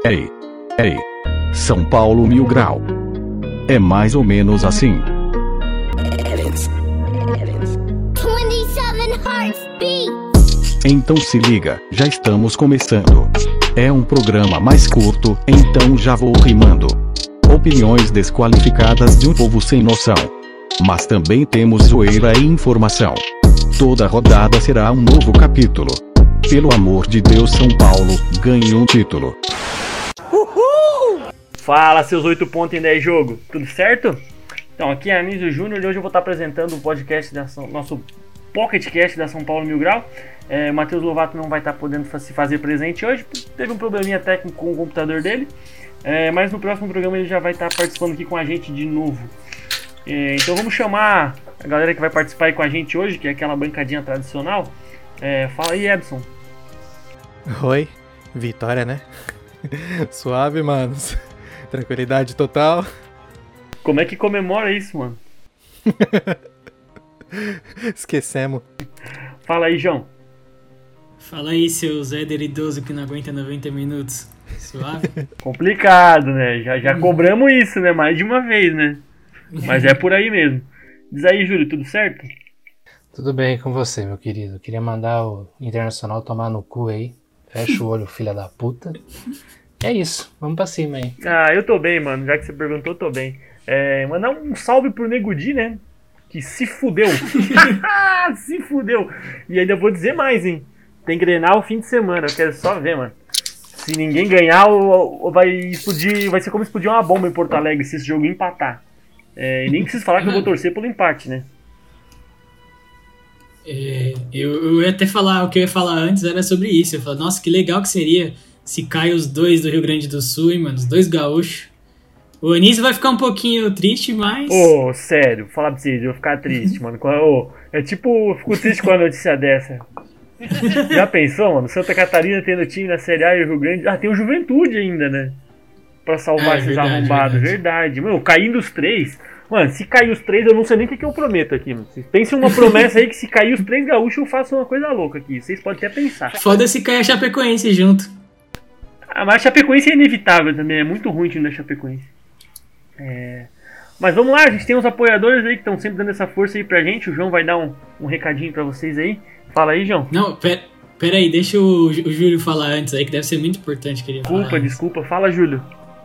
Ei, ei, São Paulo Mil Grau. É mais ou menos assim. 27 hearts beat. Então se liga, já estamos começando. É um programa mais curto, então já vou rimando. Opiniões desqualificadas de um povo sem noção. Mas também temos zoeira e informação. Toda rodada será um novo capítulo. Pelo amor de Deus, São Paulo, ganhe um título. Uhul! Fala, seus 8 pontos em 10 jogo, tudo certo? Então, aqui é Anísio Júnior e hoje eu vou estar apresentando o podcast nosso PocketCast da São Paulo Mil Grau. O Matheus Lovato não vai estar podendo se fazer presente hoje, teve um probleminha técnico com o computador dele, mas no próximo programa ele já vai estar participando aqui com a gente de novo. Então vamos chamar a galera que vai participar aí com a gente hoje, que é aquela bancadinha tradicional. Fala aí, Edson. Oi, vitória, né? Suave, manos. Tranquilidade total. Como é que comemora isso, mano? Esquecemos. Fala aí, João. Fala aí, seus Éder idoso que não aguenta 90 minutos. Suave? Complicado, né? Já cobramos isso, né? Mais de uma vez, né? Mas é por aí mesmo. Diz aí, Júlio, tudo certo? Tudo bem com você, meu querido. Queria mandar o Internacional tomar no cu aí. Fecha o olho, filha da puta. É isso, vamos pra cima aí. Ah, eu tô bem, mano. Já que você perguntou, eu tô bem. Mandar um salve pro Nego Di, né? Que se fudeu. Se fudeu. E ainda vou dizer mais, hein? Tem Grenal o fim de semana. Eu quero só ver, mano. Se ninguém ganhar, vai explodir. Vai ser como explodir uma bomba em Porto Alegre se esse jogo empatar. E nem preciso falar que eu vou torcer pelo empate, né? Eu ia até falar, o que eu ia falar antes era sobre isso. Eu falei, nossa, que legal que seria se cai os dois do Rio Grande do Sul, hein, mano? Os dois gaúchos. O Anísio vai ficar um pouquinho triste, mas... Sério, vou falar pra vocês, eu vou ficar triste, mano. Eu fico triste com a notícia dessa. Já pensou, mano? Santa Catarina tendo time na Série A e o Rio Grande... tem o Juventude ainda, né? Pra salvar esses arrombados, verdade. Mano, caindo os três... Mano, se cair os três, eu não sei nem o que eu prometo aqui, mano. Pensem uma promessa aí que se cair os três gaúchos, eu faço uma coisa louca aqui. Vocês podem até pensar. Foda-se cair a Chapecoense junto. Mas a Chapecoense é inevitável também. É muito ruim o time da Chapecoense. Mas vamos lá, a gente tem uns apoiadores aí que estão sempre dando essa força aí pra gente. O João vai dar um recadinho pra vocês aí. Fala aí, João. Não, pera aí, deixa o Júlio falar antes aí, que deve ser muito importante que ele ia falar. Desculpa. Fala, Júlio.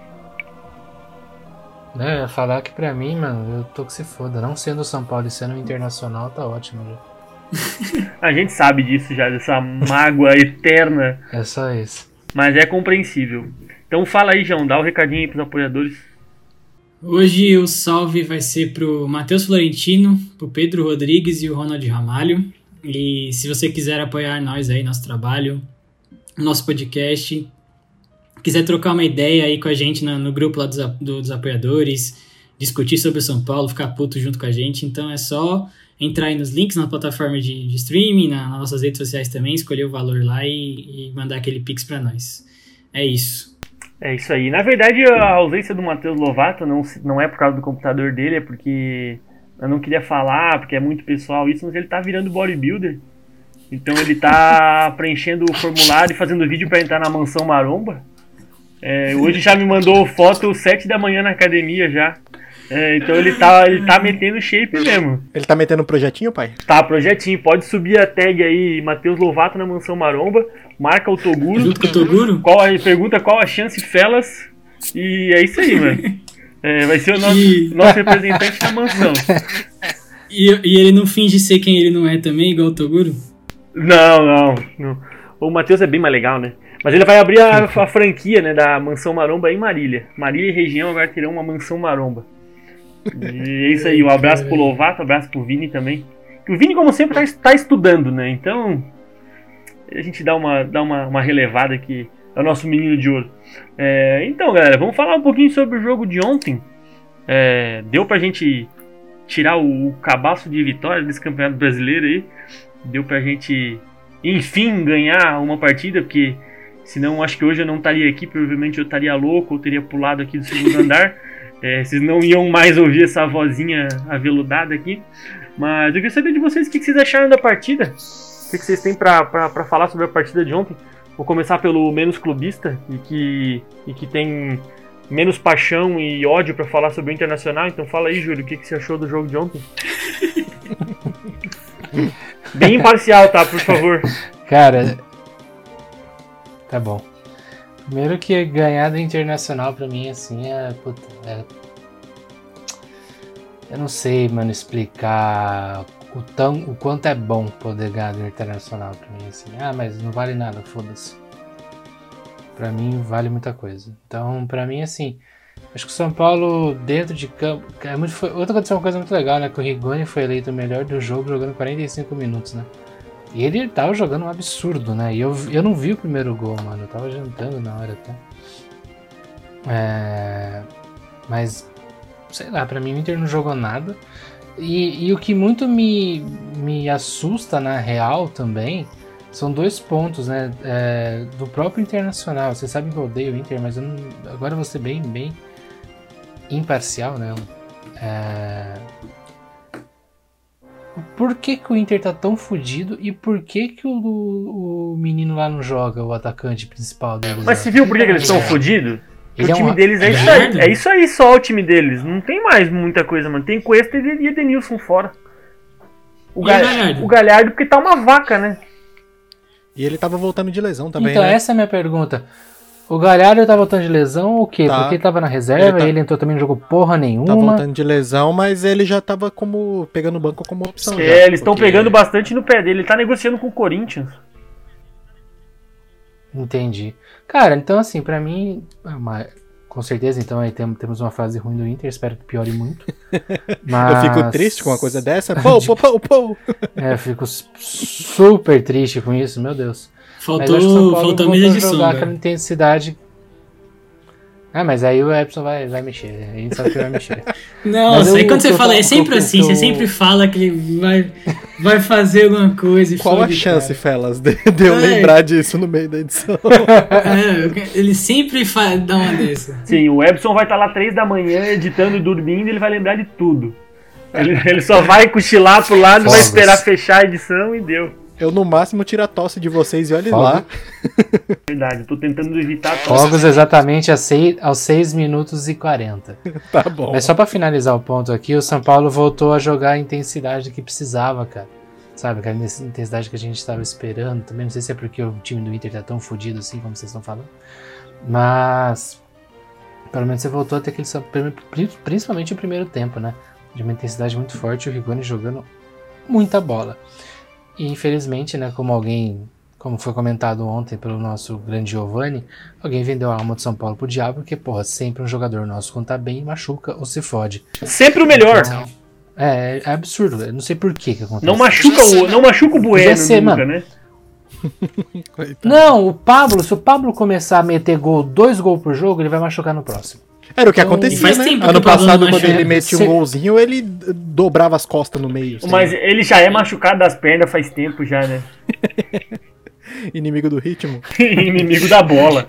Eu ia falar que pra mim, mano, eu tô que se foda. Não sendo o São Paulo e sendo o Internacional, tá ótimo já. A gente sabe disso já, dessa mágoa eterna. É só isso. Mas é compreensível. Então fala aí, João, dá o recadinho aí pros apoiadores. Hoje o salve vai ser pro Matheus Florentino, pro Pedro Rodrigues e o Ronald Ramalho. E se você quiser apoiar nós aí, nosso trabalho, nosso podcast, quiser trocar uma ideia aí com a gente no grupo lá dos apoiadores, discutir sobre o São Paulo, ficar puto junto com a gente, então é só entrar aí nos links na plataforma de streaming, nas nossas redes sociais também, escolher o valor lá e mandar aquele pix pra nós. É isso. É isso aí. Na verdade, a ausência do Matheus Lovato não é por causa do computador dele, é porque eu não queria falar, porque é muito pessoal isso, mas ele tá virando bodybuilder. Então ele tá preenchendo o formulário e fazendo vídeo pra entrar na Mansão Maromba. Hoje já me mandou foto 7 da manhã na academia já. Então ele tá metendo shape mesmo. Ele tá metendo um projetinho, pai? Tá, projetinho. Pode subir a tag aí, Matheus Lovato na Mansão Maromba. Marca o Toguro. Junto com o Toguro? Pergunta qual a chance, Felas. E é isso aí, mano. Vai ser o nosso representante da mansão. E ele não finge ser quem ele não é também, igual o Toguro? Não. O Matheus é bem mais legal, né? Mas ele vai abrir a franquia, né, da Mansão Maromba em Marília. Marília e região agora terão uma Mansão Maromba. E é isso aí, um abraço pro Lovato, um abraço pro Vini também. O Vini, como sempre, tá estudando, né? Então, a gente dá uma relevada aqui. É o nosso menino de ouro. Então, galera, vamos falar um pouquinho sobre o jogo de ontem. Deu pra gente tirar o cabaço de vitória desse Campeonato Brasileiro aí. Deu pra gente, enfim, ganhar uma partida, porque senão acho que hoje eu não estaria aqui, provavelmente eu estaria louco, eu teria pulado aqui do segundo andar. Vocês não iam mais ouvir essa vozinha aveludada aqui. Mas eu queria saber de vocês o que vocês acharam da partida. O que vocês têm pra falar sobre a partida de ontem. Vou começar pelo menos clubista e que tem menos paixão e ódio pra falar sobre o Internacional. Então fala aí, Júlio, o que você achou do jogo de ontem? Bem imparcial, tá? Por favor. Cara, tá bom. Primeiro que ganhar do Internacional pra mim, assim, eu não sei, mano, explicar o quanto é bom poder ganhar do Internacional pra mim, assim. Mas não vale nada, foda-se. Pra mim, vale muita coisa. Então, pra mim, assim, acho que o São Paulo, dentro de campo... Outra aconteceu uma coisa muito legal, né? Que o Rigoni foi eleito o melhor do jogo jogando 45 minutos, né? E ele tava jogando um absurdo, né? E eu não vi o primeiro gol, mano. Eu tava jantando na hora até. Mas, sei lá, pra mim o Inter não jogou nada. E o que muito me assusta na real também são 2 pontos, né? Do próprio Internacional. Vocês sabem que eu odeio o Inter, mas agora eu vou ser bem imparcial, né? Por que o Inter tá tão fudido e por que o menino lá não joga, o atacante principal deles? Mas você viu por que eles estão fudidos? O time deles é isso aí. É isso aí só o time deles. Não tem mais muita coisa, mano. Tem Cuesta e Edenilson fora. O Galhardo porque tá uma vaca, né? E ele tava voltando de lesão também, então, né? essa é a minha pergunta. O Galhardo tá voltando de lesão ou o quê? Tá. Porque ele tava na reserva, ele entrou também, não jogou porra nenhuma. Tá voltando de lesão, mas ele já tava pegando o banco como opção. Eles estão pegando bastante no pé dele. Ele tá negociando com o Corinthians. Entendi. Cara, então assim, pra mim, com certeza, então aí temos uma fase ruim do Inter, espero que piore muito. Mas... Eu fico triste com uma coisa dessa. Pô. Eu fico super triste com isso, meu Deus. Faltou mesa de som. Jogar aquela intensidade. Mas aí o Epson vai mexer. A gente sabe que vai mexer. Não, aí quando você fala, é sempre assim. Você sempre fala que ele vai fazer alguma coisa. Qual a chance, Felas, de eu lembrar disso no meio da edição? Ele sempre dá uma dessa. Sim, o Epson vai estar lá 3 da manhã editando e dormindo e ele vai lembrar de tudo. Ele só vai cochilar pro lado, vai esperar fechar a edição e deu. Eu, no máximo, tiro a tosse de vocês e olhe lá. Verdade, eu tô tentando evitar a tosse. Fogos exatamente aos 6 minutos e 40. Tá bom. Mas só pra finalizar o ponto aqui, o São Paulo voltou a jogar a intensidade que precisava, cara. Sabe, aquela intensidade que a gente tava esperando. Também não sei se é porque o time do Inter tá tão fodido assim, como vocês estão falando. Mas, pelo menos você voltou a ter aquele... Principalmente o primeiro tempo, né? De uma intensidade muito forte, o Rigoni jogando muita bola. E infelizmente, né, como foi comentado ontem pelo nosso grande Giovani, alguém vendeu a alma do São Paulo pro diabo, porque, sempre um jogador nosso quando tá bem, machuca ou se fode. Sempre o melhor. Então, é absurdo, eu não sei por que acontece. Não machuca o Bueno nunca, mano. Né? Não, se o Pablo começar a meter 2 gols por jogo, ele vai machucar no próximo. Era o que acontecia, né? Ano passado, quando ele metia um golzinho, ele dobrava as costas no meio. Mas ele já é machucado das pernas faz tempo já, né? Inimigo do ritmo. Inimigo da bola.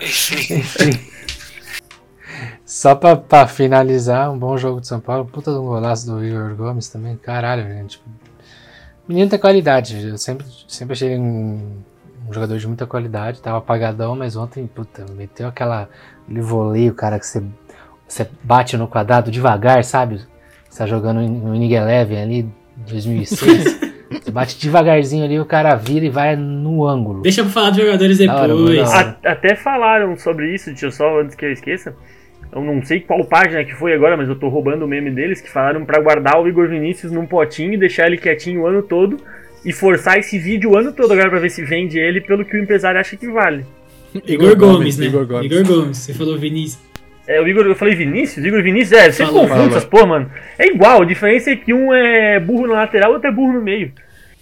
Só pra finalizar, um bom jogo de São Paulo. Puta de um golaço do Igor Gomes também. Caralho, gente. Menino tem qualidade. Eu sempre achei ele um jogador de muita qualidade. Tava apagadão, mas ontem, meteu aquele voleio, cara, que você bate no quadrado devagar, sabe? Você tá jogando no Inning Eleven ali, 2006. Você bate devagarzinho ali, o cara vira e vai no ângulo. Deixa pra falar dos jogadores depois. Até falaram sobre isso, deixa eu só, antes que eu esqueça. Eu não sei qual página que foi agora, mas eu tô roubando o meme deles, que falaram pra guardar o Igor Vinícius num potinho e deixar ele quietinho o ano todo e forçar esse vídeo o ano todo agora pra ver se vende ele pelo que o empresário acha que vale. Igor Gomes, né? Igor Gomes, você falou Vinícius. Eu falei Vinícius? Igor Vinícius, você confunde essas porra, mano. É igual, a diferença é que um é burro na lateral e outro é burro no meio.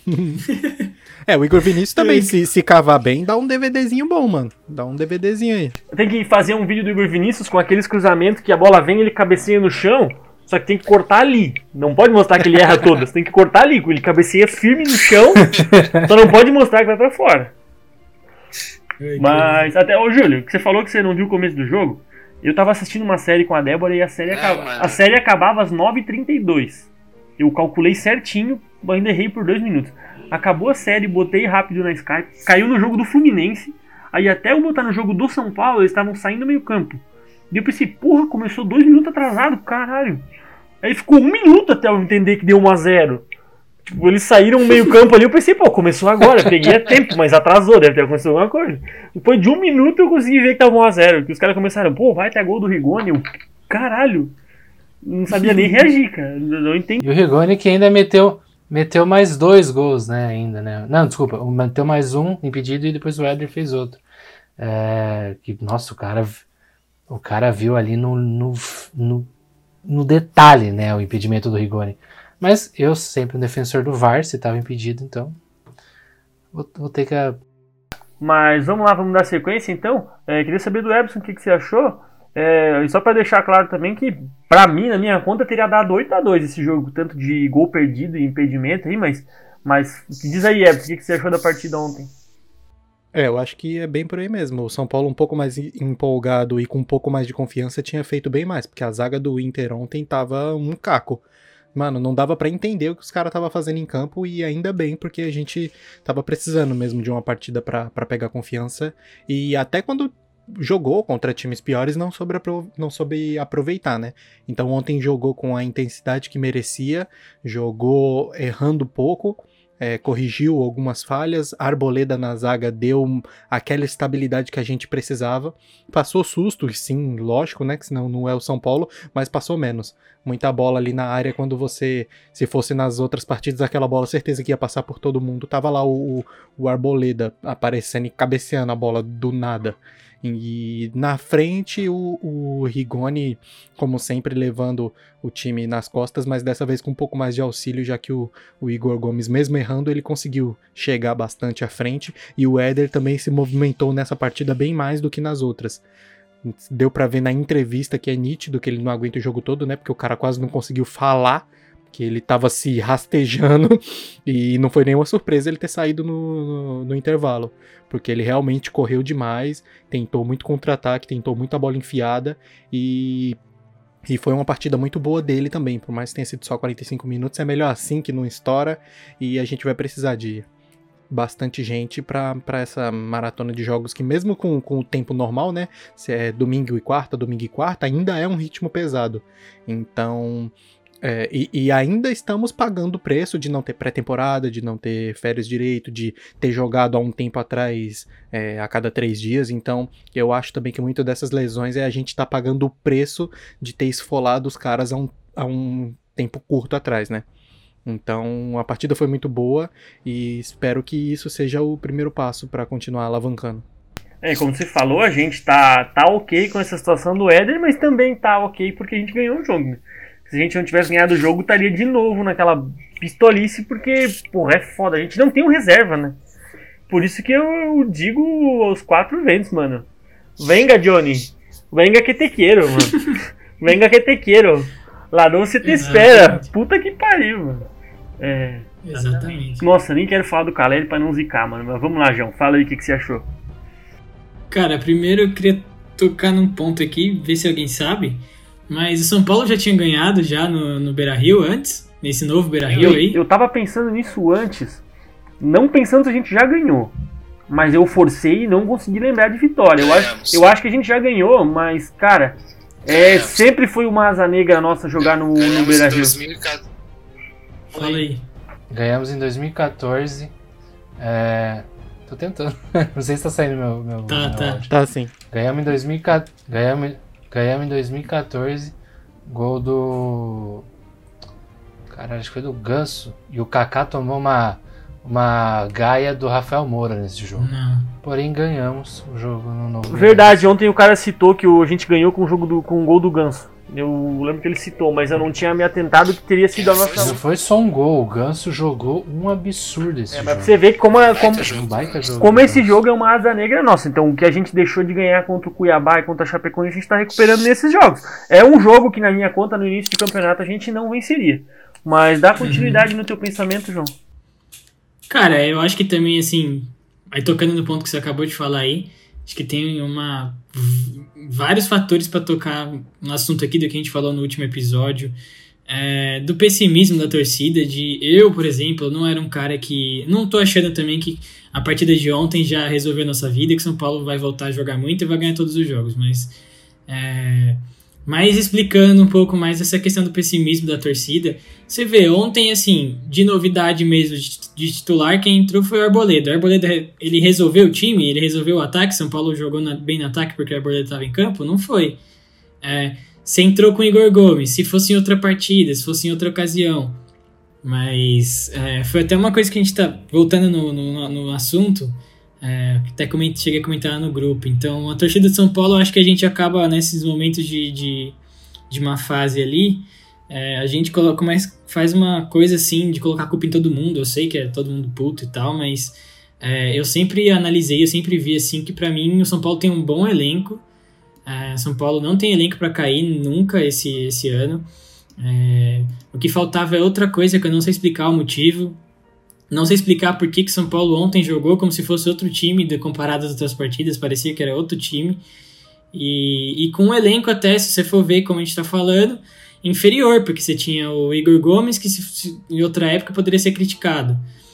O Igor Vinícius também, se cavar bem, dá um DVDzinho bom, mano. Dá um DVDzinho aí. Tem que fazer um vídeo do Igor Vinícius com aqueles cruzamentos que a bola vem e ele cabeceia no chão, só que tem que cortar ali. Não pode mostrar que ele erra todas, tem que cortar ali. Ele cabeceia firme no chão, só não pode mostrar que vai pra fora. Mas, até, Júlio, que você falou que você não viu o começo do jogo, eu tava assistindo uma série com a Débora e a série acabava às 9h32. Eu calculei certinho, ainda errei por 2 minutos. Acabou a série, botei rápido na Skype, caiu no jogo do Fluminense. Aí até eu botar no jogo do São Paulo, eles estavam saindo do meio campo. E eu pensei, porra, começou 2 minutos atrasado, caralho. Aí ficou 1 minuto até eu entender que deu 1-0. Tipo, eles saíram no meio campo ali, eu pensei, pô, começou agora, peguei a tempo, mas atrasou, deve ter acontecido alguma coisa. Depois de 1 minuto eu consegui ver que tava 1-0, que os caras começaram, pô, vai ter gol do Rigoni, eu, caralho, não sabia nem reagir, cara, não entendi. E o Rigoni que ainda meteu mais 2 gols, né, ainda, né, não, desculpa, meteu mais um impedido e depois o Éder fez outro. Nossa, o cara viu ali no detalhe, né, o impedimento do Rigoni. Mas eu sempre um defensor do VAR, se estava impedido, então vou ter que... Mas vamos lá, vamos dar sequência então. Queria saber do Ebson o que você achou. E só para deixar claro também que, pra mim, na minha conta, teria dado 8-2 esse jogo, tanto de gol perdido e impedimento aí, mas diz aí, Ebson, o que você achou da partida ontem? Eu acho que é bem por aí mesmo. O São Paulo um pouco mais empolgado e com um pouco mais de confiança tinha feito bem mais, porque a zaga do Inter ontem tava um caco. Mano, não dava pra entender o que os caras estavam fazendo em campo e ainda bem, porque a gente tava precisando mesmo de uma partida pra pegar confiança. E até quando jogou contra times piores, não soube aproveitar, né? Então ontem jogou com a intensidade que merecia, jogou errando pouco, corrigiu algumas falhas, a Arboleda na zaga deu aquela estabilidade que a gente precisava, passou susto, sim, lógico, né, que senão não é o São Paulo, mas passou menos, muita bola ali na área, quando você, se fosse nas outras partidas, aquela bola, certeza que ia passar por todo mundo, tava lá o Arboleda aparecendo e cabeceando a bola do nada. E na frente o Rigoni, como sempre, levando o time nas costas, mas dessa vez com um pouco mais de auxílio, já que o Igor Gomes, mesmo errando, ele conseguiu chegar bastante à frente, e o Éder também se movimentou nessa partida bem mais do que nas outras. Deu pra ver na entrevista que é nítido que ele não aguenta o jogo todo, né, porque o cara quase não conseguiu falar, que ele tava se rastejando, e não foi nenhuma surpresa ele ter saído no intervalo, porque ele realmente correu demais, tentou muito contra-ataque, tentou muita bola enfiada, e foi uma partida muito boa dele também, por mais que tenha sido só 45 minutos, é melhor assim que não estoura, e a gente vai precisar de bastante gente pra essa maratona de jogos, que mesmo com o tempo normal, né, se é domingo e quarta, ainda é um ritmo pesado, então... E ainda estamos pagando o preço de não ter pré-temporada, de não ter férias direito, de ter jogado há um tempo atrás a cada 3 dias, então eu acho também que muitas dessas lesões a gente tá pagando o preço de ter esfolado os caras há um tempo curto atrás, né? Então a partida foi muito boa e espero que isso seja o primeiro passo para continuar alavancando. Como você falou, a gente tá ok com essa situação do Éder, mas também tá ok porque a gente ganhou o jogo, né? Se a gente não tivesse ganhado o jogo, estaria de novo naquela pistolice, porque, porra, é foda. A gente não tem um reserva, né? Por isso que eu digo aos 4 ventos, mano. Venga, Johnny. Venga que te quero, mano. Venga que te quero. Lá não se te espera. Puta que pariu, mano. Exatamente. Nossa, nem quero falar do Caleri pra não zicar, mano. Mas vamos lá, João. Fala aí o que você achou. Cara, primeiro eu queria tocar num ponto aqui, ver se alguém sabe... Mas o São Paulo já tinha ganhado já no Beira-Rio antes? Nesse novo Beira-Rio aí? Eu tava pensando nisso antes. Não pensando se a gente já ganhou. Mas eu forcei e não consegui lembrar de vitória. Eu acho que a gente já ganhou, mas, cara... sempre foi uma asa negra nossa jogar no Beira-Rio. Fala aí. Ganhamos em 2014. Tô tentando. Não sei se tá saindo meu Tá sim. Ganhamos em 2014, gol do... Caralho, acho que foi do Ganso. E o Kaká tomou uma gaia do Rafael Moura nesse jogo. Não. Porém, ganhamos o jogo no novo. Verdade, ontem o cara citou que a gente ganhou com o gol do Ganso. Eu lembro que ele citou, mas eu não tinha me atentado que teria sido a nossa... Não foi só um gol, o Ganso jogou um absurdo esse jogo. Mas pra você ver como esse jogo é uma asa negra nossa. Então o que a gente deixou de ganhar contra o Cuiabá e contra a Chapecoense, a gente tá recuperando nesses jogos. É um jogo que na minha conta, no início do campeonato, a gente não venceria. Mas dá continuidade no teu pensamento, João. Cara, eu acho que também, assim, aí tocando no ponto que você acabou de falar aí, acho que tem vários fatores para tocar no assunto aqui do que a gente falou no último episódio. do pessimismo da torcida, eu, por exemplo, não era um cara que... Não tô achando também que a partida de ontem já resolveu a nossa vida, que São Paulo vai voltar a jogar muito e vai ganhar todos os jogos, mas explicando um pouco mais essa questão do pessimismo da torcida, você vê, ontem, assim, de novidade mesmo, de titular, quem entrou foi o Arboleda. O Arboleda, ele resolveu o time, ele resolveu o ataque, São Paulo jogou bem no ataque porque o Arboleda estava em campo? Não foi. Você entrou com o Igor Gomes, se fosse em outra partida, se fosse em outra ocasião. Mas foi até uma coisa que a gente tá voltando no assunto, até cheguei a comentar no grupo. Então, a torcida de São Paulo, eu acho que a gente acaba nesses momentos de uma fase ali, a gente faz uma coisa assim de colocar a culpa em todo mundo. Eu sei que é todo mundo puto e tal, mas eu sempre analisei, eu sempre vi assim que pra mim o São Paulo tem um bom elenco. São Paulo não tem elenco pra cair nunca esse ano. O que faltava é outra coisa que eu não sei explicar o motivo. Não sei explicar por que São Paulo ontem jogou como se fosse outro time comparado às outras partidas. Parecia que era outro time. E com o elenco até, se você for ver como a gente tá falando, inferior, porque você tinha o Igor Gomes, que em outra época poderia ser criticado.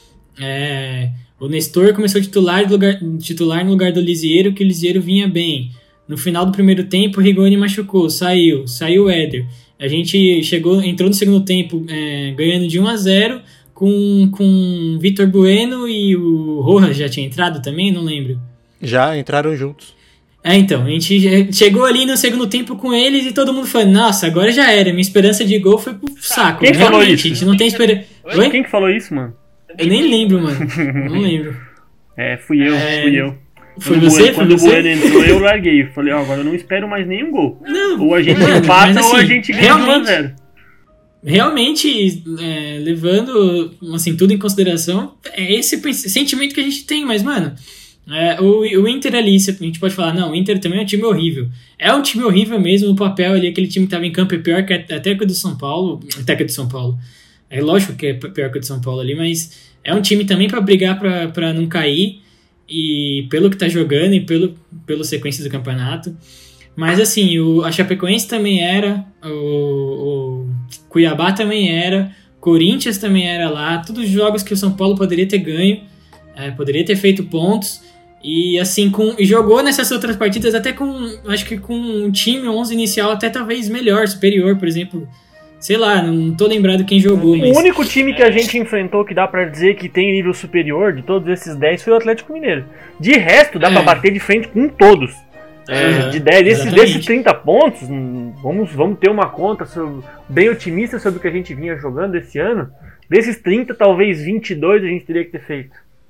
O Nestor começou titular no lugar do Lisieiro, que o Lisieiro vinha bem. No final do primeiro tempo, o Rigoni machucou, saiu o Éder. A gente entrou no segundo tempo ganhando de 1-0 com Vitor Bueno, e o Rojas já tinha entrado também, não lembro. Já entraram juntos. Então, a gente chegou ali no segundo tempo com eles e todo mundo falou, nossa, agora já era, minha esperança de gol foi pro saco. Quem falou isso? A gente não tem esperança. Quem que falou isso, mano? Eu nem lembro, mano. Não lembro. Fui eu. Foi você? Quando o Bueno entrou, eu larguei. Falei, agora eu não espero mais nenhum gol. Não, ou a gente empata ou a gente ganha 1-0. Realmente, levando assim, tudo em consideração, é esse sentimento que a gente tem, mas, mano, o Inter ali, a gente pode falar, não, o Inter também é um time horrível. É um time horrível mesmo, no papel ali, aquele time que tava em campo é pior que até que o do São Paulo. Até que o do São Paulo. É lógico que é pior que o do São Paulo ali, mas é um time também pra brigar pra não cair, e pelo que tá jogando e pela sequência do campeonato. Mas assim, a Chapecoense também era, o Cuiabá também era, Corinthians também era lá, todos os jogos que o São Paulo poderia ter ganho, poderia ter feito pontos, e assim, e jogou nessas outras partidas até acho que com um time 11 inicial até talvez melhor, superior, por exemplo, sei lá, não tô lembrado quem jogou. O único time que a gente enfrentou que dá pra dizer que tem nível superior de todos esses 10 foi o Atlético Mineiro. De resto, dá pra bater de frente com todos. De 10, desses 30 pontos, vamos ter uma conta bem otimista sobre o que a gente vinha jogando esse ano. Desses 30, talvez 22 a gente teria que ter feito.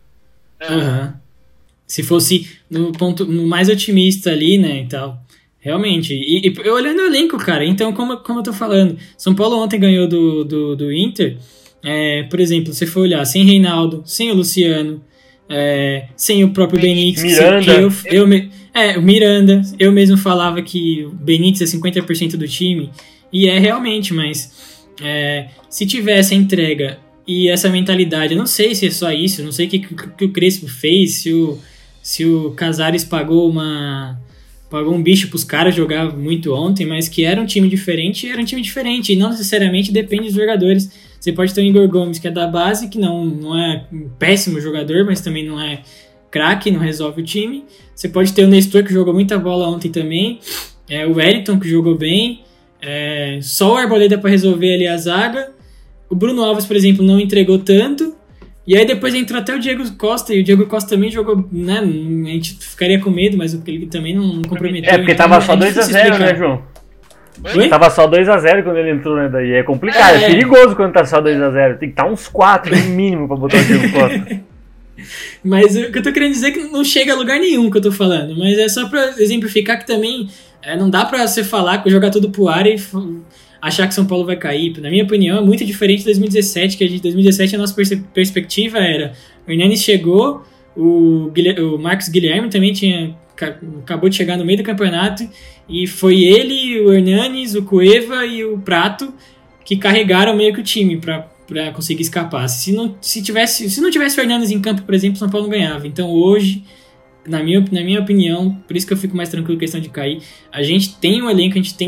Se fosse no mais otimista ali, né, e tal. Realmente. E olhando o elenco, cara, então, como eu tô falando, São Paulo ontem ganhou do Inter. Por exemplo, se você for olhar, sem Reinaldo, sem o Luciano, sem o próprio Benítez, Miranda. O Miranda, eu mesmo falava que o Benítez é 50% do time, e realmente, mas se tivesse a entrega e essa mentalidade, eu não sei se é só isso, eu não sei o que o Crespo fez, se o Casares pagou um bicho pros caras jogar muito ontem, mas que era um time diferente, e não necessariamente depende dos jogadores. Você pode ter o Igor Gomes, que é da base, que não é um péssimo jogador, mas também não é craque, não resolve o time. Você pode ter o Nestor, que jogou muita bola ontem também, o Wellington, que jogou bem, só o Arboleda para resolver ali a zaga. O Bruno Alves, por exemplo, não entregou tanto. E aí depois entrou até o Diego Costa, e o Diego Costa também jogou, né, a gente ficaria com medo, mas ele também não comprometeu. Porque então, tava só 2-0, né, João? Oi? Tava só 2-0 quando ele entrou, né, daí é complicado, é perigoso quando tá só 2-0, tem que estar uns 4 no mínimo pra botar o Diego Costa. Mas o que eu tô querendo dizer é que não chega a lugar nenhum que eu tô falando, mas é só pra exemplificar que também não dá pra você falar, jogar tudo pro ar e achar que São Paulo vai cair. Na minha opinião, é muito diferente de 2017, que 2017 a nossa perspectiva era: o Hernanes chegou, o Marcos Guilherme também acabou de chegar no meio do campeonato, e foi ele, o Hernanes, o Cueva e o Prato que carregaram meio que o time pra conseguir escapar. Se não tivesse o Hernanes em campo, por exemplo, São Paulo não ganhava. Então hoje, na minha opinião, por isso que eu fico mais tranquilo com a questão de cair, a gente tem um elenco, a gente tem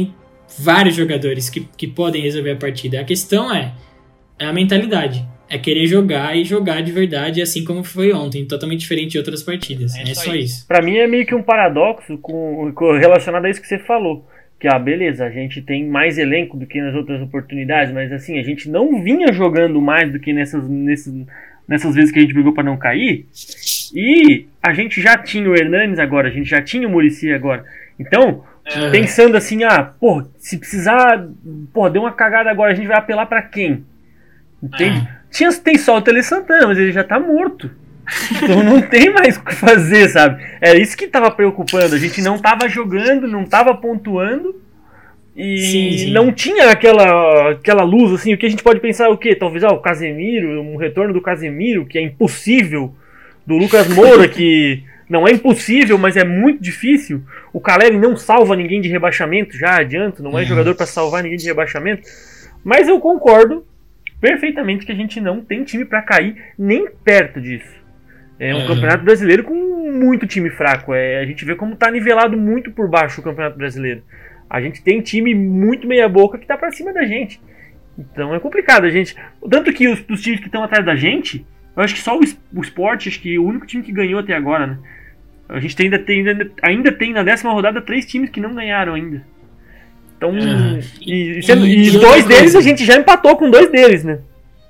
vários jogadores que podem resolver a partida. A questão é a mentalidade. É querer jogar e jogar de verdade, assim como foi ontem, totalmente diferente de outras partidas. É só isso. Pra mim é meio que um paradoxo relacionado a isso que você falou. Que, beleza, a gente tem mais elenco do que nas outras oportunidades, mas assim, a gente não vinha jogando mais do que nessas vezes que a gente brigou pra não cair. E a gente já tinha o Hernanes agora, a gente já tinha o Muricy agora. Então, pensando assim, se precisar, deu uma cagada agora, a gente vai apelar pra quem? Entende? Tem só o Tele Santana, mas ele já tá morto. Então não tem mais o que fazer, sabe? Era isso que tava preocupando. A gente não tava jogando, não tava pontuando e sim. Não tinha aquela luz, assim. O que a gente pode pensar é o quê? Talvez o Casemiro, um retorno do Casemiro, que é impossível, do Lucas Moura, que não é impossível, mas é muito difícil. O Caleri não salva ninguém de rebaixamento, já adianto, não é jogador pra salvar ninguém de rebaixamento. Mas eu concordo perfeitamente que a gente não tem time pra cair nem perto disso. É um campeonato brasileiro com muito time fraco. A gente vê como tá nivelado muito por baixo o campeonato brasileiro. A gente tem time muito meia boca que tá pra cima da gente. Então é complicado, a gente. Tanto que os times que estão atrás da gente, eu acho que só o Sport, acho que é o único time que ganhou até agora, né? A gente ainda tem na 10ª rodada 3 times que não ganharam ainda. Então, e dois deles a gente já empatou com 2 deles, né?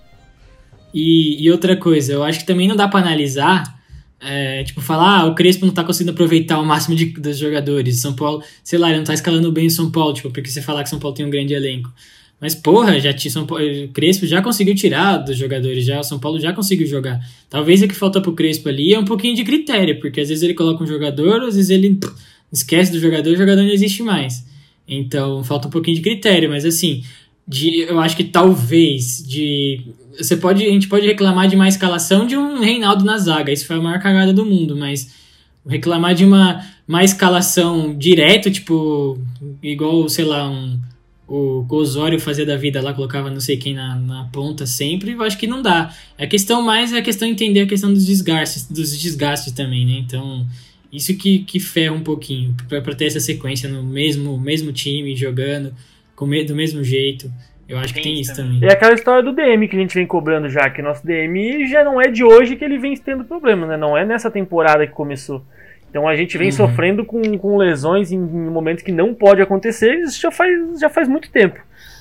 E outra coisa, eu acho que também não dá pra analisar, falar, o Crespo não tá conseguindo aproveitar o máximo dos jogadores. São Paulo, sei lá, ele não tá escalando bem o São Paulo, porque você falar que São Paulo tem um grande elenco. Mas, porra, o Crespo já conseguiu tirar dos jogadores, o São Paulo já conseguiu jogar. Talvez o que falta pro Crespo ali é um pouquinho de critério, porque às vezes ele coloca um jogador, às vezes ele esquece do jogador e o jogador não existe mais. Então, falta um pouquinho de critério, mas assim, eu acho que talvez a gente pode reclamar de uma escalação de um Reinaldo na zaga, isso foi a maior cagada do mundo, mas reclamar de uma escalação direto, igual, sei lá, o Osório fazia da vida lá, colocava não sei quem na ponta sempre, eu acho que não dá. A questão de entender a questão dos desgastes também, né? Então, isso que ferra um pouquinho, pra ter essa sequência no mesmo time, jogando do mesmo jeito. Eu acho que tem isso também. É aquela história do DM que a gente vem cobrando já, que nosso DM já não é de hoje que ele vem tendo problema, né? Não é nessa temporada que começou. Então a gente vem sofrendo com lesões em momentos que não pode acontecer, isso já faz muito tempo.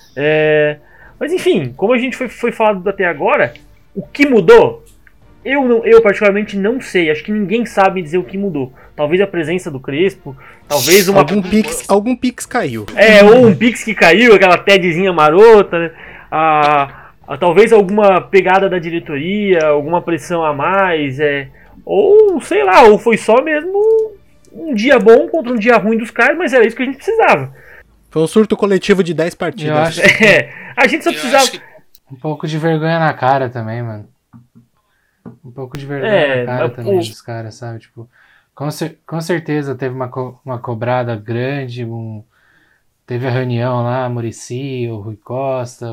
Mas enfim, como a gente foi falado até agora, o que mudou? Eu particularmente não sei, acho que ninguém sabe dizer o que mudou. Talvez a presença do Crespo, talvez algum Pix caiu. Ou um Pix que caiu, aquela TEDzinha marota, né? Talvez alguma pegada da diretoria, alguma pressão a mais, ou sei lá, ou foi só mesmo um dia bom contra um dia ruim dos caras, mas era isso que a gente precisava. Foi um surto coletivo de 10 partidas. A gente só precisava... Um pouco de vergonha na cara também, mano. Um pouco de vergonha na cara também dos caras, sabe? Com certeza teve uma cobrada grande, teve a reunião lá, Muricy, o Rui Costa,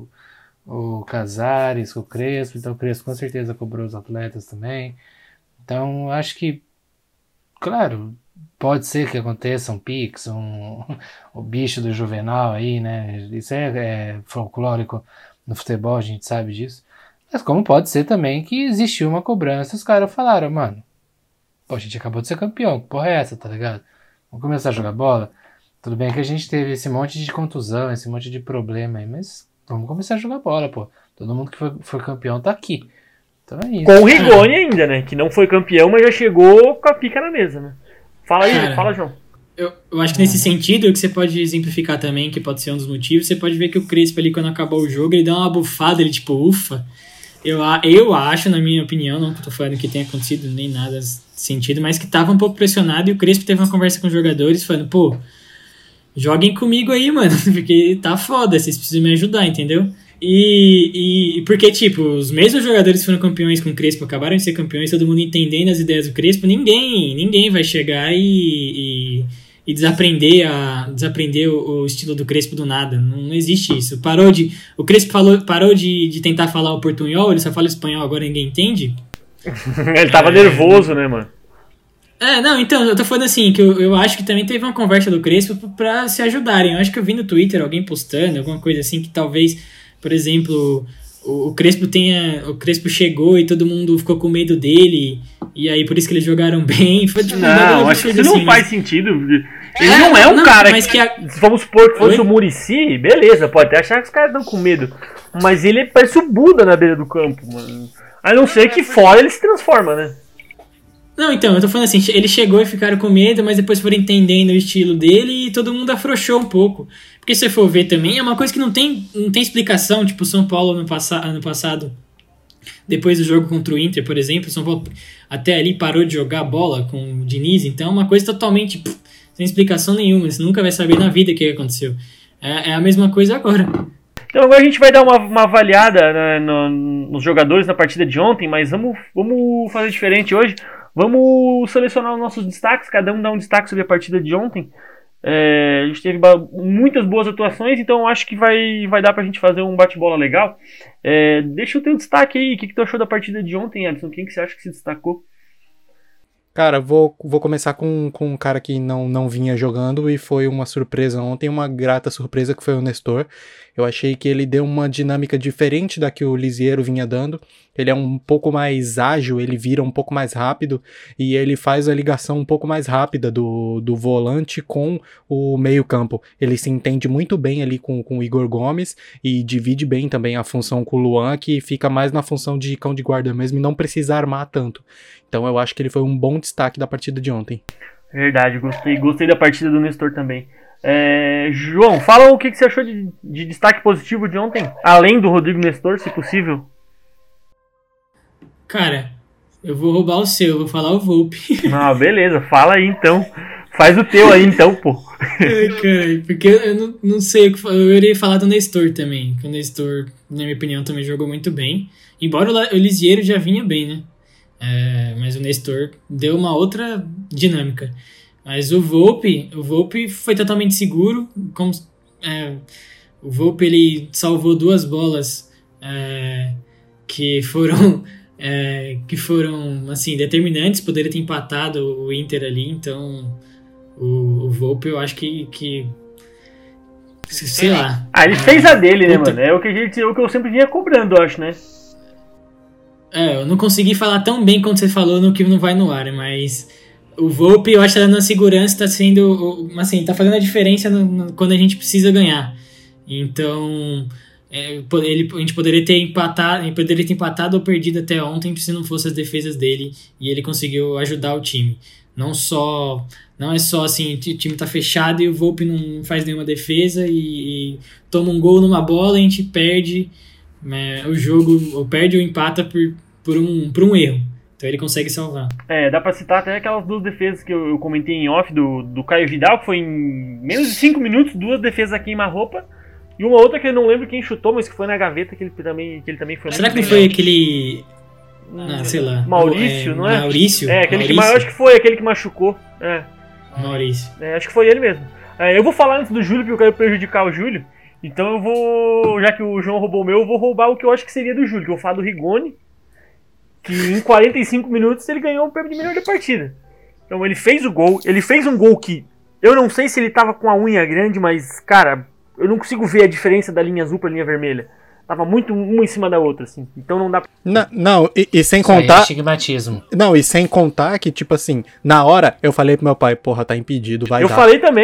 o Casares, o Crespo, então o Crespo com certeza cobrou os atletas também. Então acho que, claro, pode ser que aconteça um Pix, o bicho do Juvenal aí, né? Isso é folclórico no futebol, a gente sabe disso. Mas como pode ser também que existiu uma cobrança, os caras falaram, mano, a gente acabou de ser campeão, que porra é essa, tá ligado? Vamos começar a jogar bola? Tudo bem que a gente teve esse monte de contusão, esse monte de problema aí, mas vamos começar a jogar bola, pô. Todo mundo que foi campeão tá aqui. Então é isso. Com o Rigoni ainda, né? Que não foi campeão, mas já chegou com a pica na mesa, né? Fala aí, fala, João. Eu acho que nesse sentido, o que você pode exemplificar também, que pode ser um dos motivos, você pode ver que o Crespo ali, quando acabou o jogo, ele dá uma bufada, ele ufa. Eu acho, na minha opinião, não que eu tô falando que tenha acontecido nem nada nesse sentido, mas que tava um pouco pressionado e o Crespo teve uma conversa com os jogadores falando, joguem comigo aí, mano, porque tá foda, vocês precisam me ajudar, entendeu? E porque, os mesmos jogadores que foram campeões com o Crespo acabaram de ser campeões, todo mundo entendendo as ideias do Crespo, ninguém vai chegar e desaprender o estilo do Crespo do nada. Não existe isso. O Crespo parou de tentar falar o portunhol, ele só fala espanhol, agora ninguém entende. Ele tava nervoso, né, mano? Não, então, eu tô falando assim, que eu acho que também teve uma conversa do Crespo pra se ajudarem. Eu acho que eu vi no Twitter alguém postando, alguma coisa assim, que talvez, por exemplo, o Crespo chegou e todo mundo ficou com medo dele, e aí por isso que eles jogaram bem. Foi, tipo, não, acho que isso não faz sentido. Ele não é um cara mas que vamos supor que fosse o Muricy, beleza, pode até achar que os caras estão com medo. Mas ele parece o Buda na beira do campo, mano. A não ser que fora ele se transforma, né? Não, então, eu tô falando assim, ele chegou e ficaram com medo, mas depois foram entendendo o estilo dele e todo mundo afrouxou um pouco. Porque se você for ver também, é uma coisa que não tem explicação, tipo o São Paulo ano passado, depois do jogo contra o Inter, por exemplo, o São Paulo até ali parou de jogar bola com o Diniz, então é uma coisa totalmente sem explicação nenhuma, você nunca vai saber na vida o que aconteceu. É a mesma coisa agora. Então agora a gente vai dar uma avaliada, né, nos jogadores na partida de ontem, mas vamos fazer diferente hoje. Vamos selecionar os nossos destaques, cada um dá um destaque sobre a partida de ontem. A gente teve muitas boas atuações, então acho que vai dar pra gente fazer um bate-bola legal. Deixa o teu destaque aí, o que tu achou da partida de ontem, Alisson? Quem que você acha que se destacou? Cara, vou começar com um cara que não vinha jogando e foi uma surpresa ontem, uma grata surpresa, que foi o Nestor. Eu achei que ele deu uma dinâmica diferente da que o Lisieiro vinha dando. Ele é um pouco mais ágil, ele vira um pouco mais rápido e ele faz a ligação um pouco mais rápida do volante com o meio-campo. Ele se entende muito bem ali com o Igor Gomes e divide bem também a função com o Luan, que fica mais na função de cão de guarda mesmo e não precisa armar tanto. Então eu acho que ele foi um bom destaque da partida de ontem. Verdade, gostei da partida do Nestor também. João, fala o que você achou de destaque positivo de ontem, além do Rodrigo Nestor, se possível. Cara, eu vou roubar o seu, eu vou falar o Volpi. Ah, beleza, fala aí então. Faz o teu aí então, pô. Cara, porque eu não sei o que falar. Eu iria falar do Nestor também, que o Nestor, na minha opinião, também jogou muito bem. Embora o Lisieiro já vinha bem, né? Mas o Nestor deu uma outra dinâmica. Mas o Volpi foi totalmente seguro. O Volpi, ele salvou 2 bolas que foram assim, determinantes. Poderia ter empatado o Inter ali. Então o Volpi, eu acho que sei lá. Ele fez a dele, né, mano? É o que eu sempre vinha cobrando, eu acho, né? Eu não consegui falar tão bem quanto você falou no que não vai no ar, mas o Volpi, eu acho que na segurança tá sendo, assim, tá fazendo a diferença quando a gente precisa ganhar. Então, a gente poderia ter empatado ou perdido até ontem se não fosse as defesas dele, e ele conseguiu ajudar o time. Não é só assim, o time tá fechado e o Volpi não faz nenhuma defesa e toma um gol numa bola e a gente perde o jogo, ou perde ou empata por um erro. Então ele consegue salvar. Dá pra citar até aquelas 2 defesas que eu comentei em off do Caio Vidal, que foi em menos de 5 minutos, 2 defesas a queima-roupa, e uma outra que eu não lembro quem chutou, mas que foi na gaveta, que ele também foi. Será que não foi aquele... sei lá. Maurício, não é? Maurício? Aquele que acho que foi aquele que machucou. Maurício. Acho que foi ele mesmo. Eu vou falar antes do Júlio, porque eu quero prejudicar o Júlio. Então eu vou, já que o João roubou o meu, eu vou roubar o que eu acho que seria do Júlio, que eu vou falar do Rigoni, que em 45 minutos ele ganhou o prêmio de melhor da partida. Então ele fez o gol, ele fez um gol que eu não sei se ele tava com a unha grande, mas cara, eu não consigo ver a diferença da linha azul pra linha vermelha. Tava muito uma em cima da outra, assim. Então não dá pra... Não, e sem contar... É estigmatismo. Não, e sem contar que, tipo assim, na hora eu falei pro meu pai, porra, tá impedido, vai dar. Eu falei também.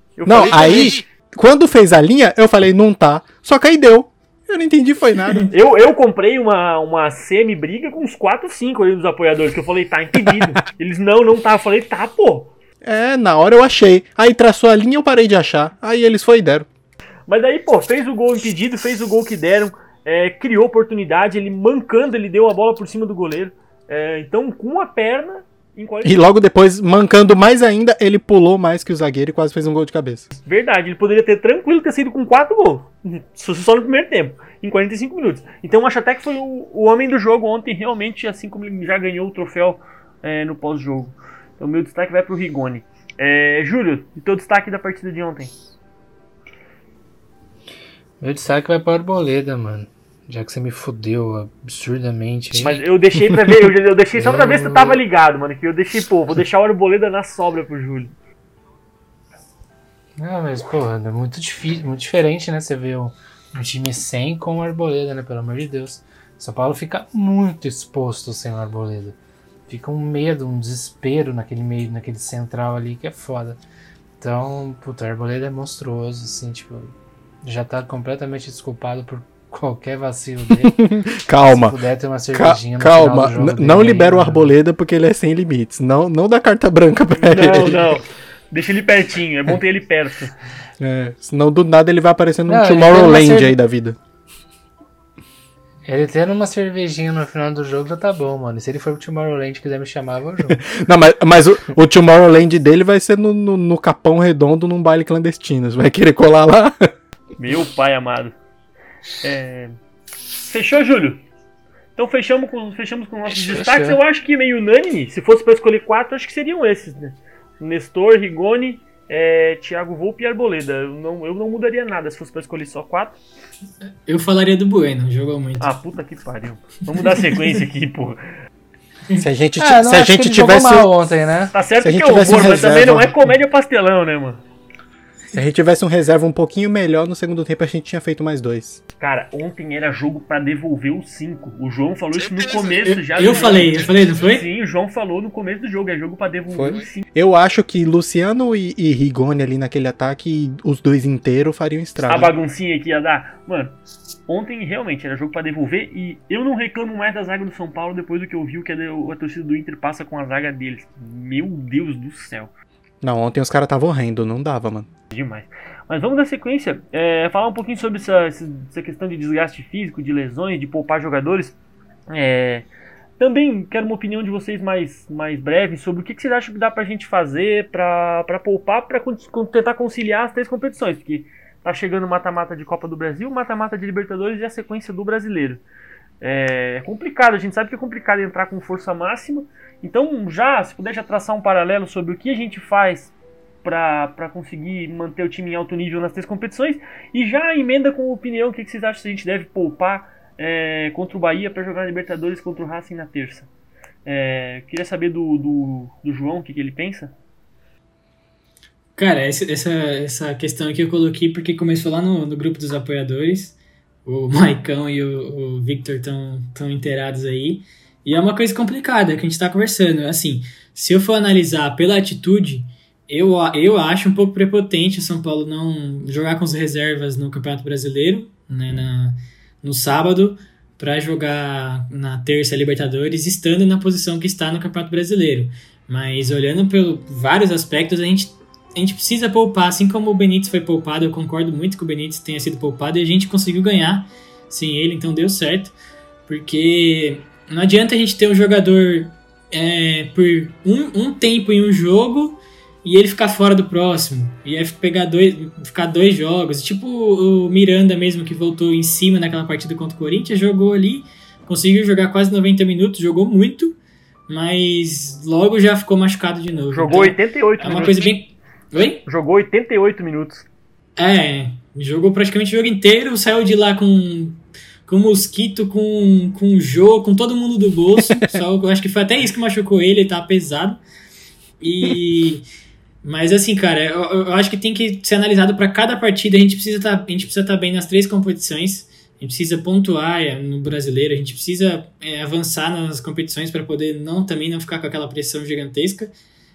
Aí, quando fez a linha, eu falei, não tá. Só que aí deu. Eu não entendi, foi nada. Eu comprei uma semi-briga com uns 4 ou 5 ali dos apoiadores, que eu falei, tá impedido. Eles, não tá. Eu falei, tá, pô. Na hora eu achei. Aí traçou a linha, eu parei de achar. Aí eles foi e deram. Mas daí, pô, fez o gol impedido, fez o gol que deram, criou oportunidade, ele mancando, ele deu a bola por cima do goleiro. Então, com a perna... E logo depois, mancando mais ainda, ele pulou mais que o zagueiro e quase fez um gol de cabeça. Verdade, ele poderia ter tranquilo ter sido com 4 gols, só no primeiro tempo, em 45 minutos. Então, eu acho até que foi o homem do jogo ontem, realmente, assim como ele já ganhou o troféu no pós-jogo. Então, meu destaque vai pro Rigoni. Júlio, e teu destaque da partida de ontem? Meu destaque vai para o Arboleda, mano. Já que você me fudeu absurdamente. Mas eu deixei pra ver, eu deixei só pra ver se tu tava ligado, mano. Que eu deixei, vou deixar o Arboleda na sobra pro Júlio. Não, mas, porra, é muito difícil, muito diferente, né? Você vê um time sem com o Arboleda, né? Pelo amor de Deus. São Paulo fica muito exposto sem o Arboleda. Fica um medo, um desespero naquele meio, naquele central ali que é foda. Então, puta, o Arboleda é monstruoso, assim, tipo, já tá completamente desculpado por qualquer vacilo dele. Calma. Se puder ter uma cervejinha no Calma, final do jogo não dele libera aí, o Arboleda porque ele é sem limites. Não dá carta branca pra ele. Não. Deixa ele pertinho, é bom ter ele perto. Senão do nada ele vai aparecer num Não, Tomorrowland aí da vida. Ele tendo uma cervejinha no final do jogo já tá bom, mano. E se ele for pro Tomorrowland e quiser me chamar, eu vou junto. Não, mas o Tomorrowland dele vai ser no Capão Redondo, num baile clandestino. Você vai querer colar lá? Meu pai amado. Fechou, Júlio? Então fechamos com nossos destaques. Eu acho que meio unânime. Se fosse pra escolher 4, acho que seriam esses, né? Nestor, Rigoni, Thiago Volpi e Arboleda. Eu não mudaria nada se fosse pra escolher só 4. Eu falaria do Bueno, jogou muito. Ah, puta que pariu. Vamos mudar a sequência aqui, pô. Se a gente tivesse tivesse mal ontem, né? Tá certo Se a que gente é tivesse humor, um mas também reserva- não é comédia pastelão, né, mano? Se a gente tivesse um reserva um pouquinho melhor, no segundo tempo a gente tinha feito mais 2. Cara, ontem era jogo pra devolver os 5. O João falou isso no começo já. Eu falei, não foi? Sim, o João falou no começo do jogo. É jogo pra devolver os 5. Eu acho que Luciano e Rigoni ali naquele ataque, os dois inteiros fariam estrago. A baguncinha que ia dar. Mano, ontem realmente era jogo pra devolver. E eu não reclamo mais da zaga do São Paulo depois do que eu vi o que a torcida do Inter passa com a zaga deles. Meu Deus do céu. Não, ontem os caras estavam horrendo, não dava, mano. Demais. Mas vamos dar sequência, falar um pouquinho sobre essa questão de desgaste físico, de lesões, de poupar jogadores. Também quero uma opinião de vocês mais breve sobre o que vocês acham que dá pra gente fazer pra poupar, pra tentar conciliar as 3 competições. Porque tá chegando o mata-mata de Copa do Brasil, mata-mata de Libertadores e a sequência do Brasileiro. É complicado, a gente sabe que é complicado entrar com força máxima. Então, se puder já traçar um paralelo sobre o que a gente faz para conseguir manter o time em alto nível nas 3 competições, e já emenda com opinião o que vocês acham que a gente deve poupar contra o Bahia para jogar Libertadores contra o Racing na terça. Queria saber do João o que ele pensa. Cara, essa questão aqui eu coloquei porque começou lá no grupo dos apoiadores. O Maicão e o Victor estão inteirados aí. E é uma coisa complicada que a gente está conversando. Assim, se eu for analisar pela atitude, eu acho um pouco prepotente o São Paulo não jogar com as reservas no Campeonato Brasileiro, né, no sábado, para jogar na terça Libertadores, estando na posição que está no Campeonato Brasileiro. Mas olhando por vários aspectos, a gente precisa poupar, assim como o Benítez foi poupado. Eu concordo muito que o Benítez tenha sido poupado e a gente conseguiu ganhar sem ele, então deu certo. Porque não adianta a gente ter um jogador por um tempo em um jogo e ele ficar fora do próximo. E aí ficar 2 jogos. Tipo o Miranda mesmo, que voltou em cima naquela partida contra o Corinthians, jogou ali, conseguiu jogar quase 90 minutos, jogou muito, mas logo já ficou machucado de novo. Jogou então, 88 minutos. É uma coisa bem... Oi? Jogou 88 minutos. Jogou praticamente o jogo inteiro, saiu de lá com mosquito, com o Jô, com todo mundo do bolso. Eu acho que foi até isso que machucou ele tá pesado. Mas assim, cara, eu acho que tem que ser analisado para cada partida. A gente precisa estar bem nas 3 competições. A gente precisa pontuar no Brasileiro. A gente precisa avançar nas competições para poder também não ficar com aquela pressão gigantesca.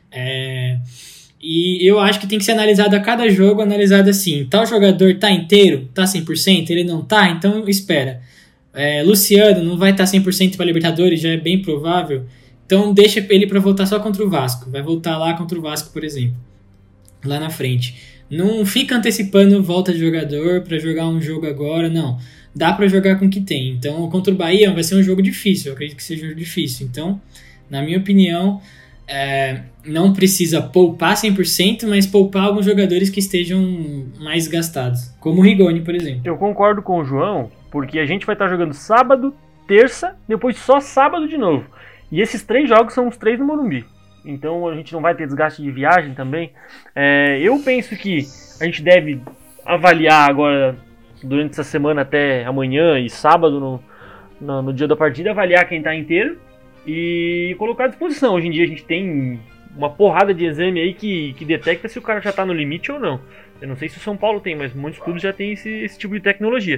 E eu acho que tem que ser analisado a cada jogo, analisado assim, tal jogador tá inteiro, tá 100%, ele não tá, então espera. Luciano não vai estar 100% para Libertadores, já é bem provável, então deixa ele para voltar só contra o Vasco, vai voltar lá contra o Vasco, por exemplo, lá na frente. Não fica antecipando volta de jogador para jogar um jogo agora, não. Dá para jogar com o que tem. Então, contra o Bahia vai ser um jogo difícil, eu acredito que seja um jogo difícil. Então, na minha opinião, não precisa poupar 100%, mas poupar alguns jogadores que estejam mais gastados, como o Rigoni, por exemplo. Eu concordo com o João, porque a gente vai estar jogando sábado, terça, depois só sábado de novo. E esses 3 jogos são os 3 no Morumbi. Então a gente não vai ter desgaste de viagem também. Eu penso que a gente deve avaliar agora durante essa semana até amanhã e sábado no dia da partida, avaliar quem tá inteiro e colocar à disposição. Hoje em dia a gente tem uma porrada de exame aí que detecta se o cara já tá no limite ou não. Eu não sei se o São Paulo tem, mas muitos clubes já tem esse tipo de tecnologia.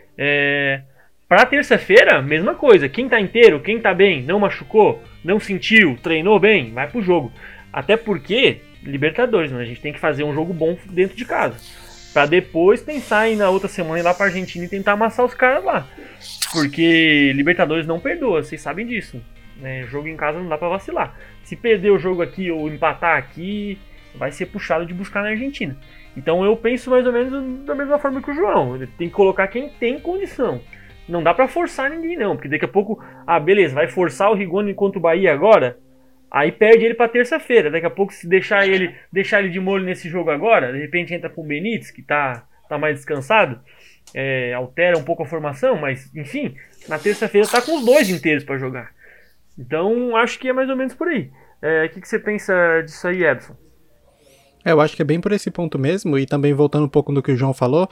Pra terça-feira, mesma coisa. Quem tá inteiro, quem tá bem, não machucou, não sentiu, treinou bem, vai pro jogo. Até porque, Libertadores, né? A gente tem que fazer um jogo bom dentro de casa. Pra depois pensar em na outra semana ir lá pra Argentina e tentar amassar os caras lá. Porque Libertadores não perdoa, vocês sabem disso. Né? Jogo em casa não dá pra vacilar. Se perder o jogo aqui ou empatar aqui, vai ser puxado de buscar na Argentina. Então eu penso mais ou menos da mesma forma que o João. Ele tem que colocar quem tem condição. Não dá pra forçar ninguém não, porque daqui a pouco, beleza, vai forçar o Rigoni contra o Bahia agora, aí perde ele pra terça-feira. Daqui a pouco, se deixar ele de molho nesse jogo agora, de repente entra com o Benítez, que tá mais descansado, altera um pouco a formação, mas enfim, na terça-feira tá com os dois inteiros pra jogar. Então acho que é mais ou menos por aí. O que você pensa disso aí, Edson? Eu acho que é bem por esse ponto mesmo, e também voltando um pouco no que o João falou,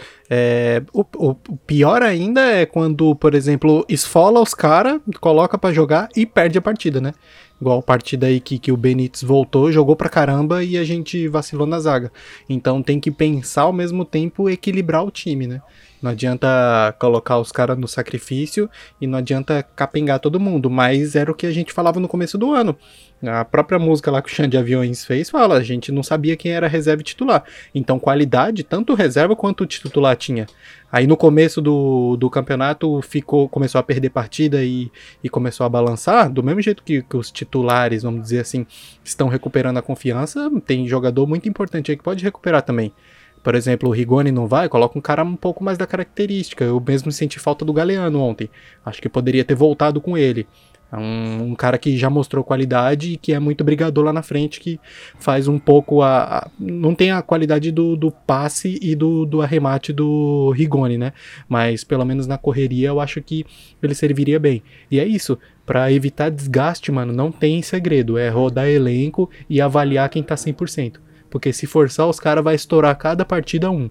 o pior ainda é quando, por exemplo, esfola os caras, coloca pra jogar e perde a partida, né? Igual a partida aí que o Benítez voltou, jogou pra caramba e a gente vacilou na zaga. Então tem que pensar ao mesmo tempo equilibrar o time, né? Não adianta colocar os caras no sacrifício e não adianta capengar todo mundo, mas era o que a gente falava no começo do ano. A própria música lá que o Xande Aviões fez fala, a gente não sabia quem era reserva e titular. Então qualidade, tanto reserva quanto o titular tinha. Aí no começo do campeonato começou a perder partida e começou a balançar, do mesmo jeito que os titulares, vamos dizer assim, estão recuperando a confiança, tem jogador muito importante aí que pode recuperar também. Por exemplo, o Rigoni não vai, coloca um cara um pouco mais da característica. Eu mesmo senti falta do Galeano ontem. Acho que poderia ter voltado com ele. Um cara que já mostrou qualidade e que é muito brigador lá na frente, que faz um pouco não tem a qualidade do passe e do arremate do Rigoni, né? Mas pelo menos na correria eu acho que ele serviria bem. E é isso, pra evitar desgaste, mano, não tem segredo. É rodar elenco e avaliar quem tá 100%. Porque se forçar, os caras vai estourar cada partida um.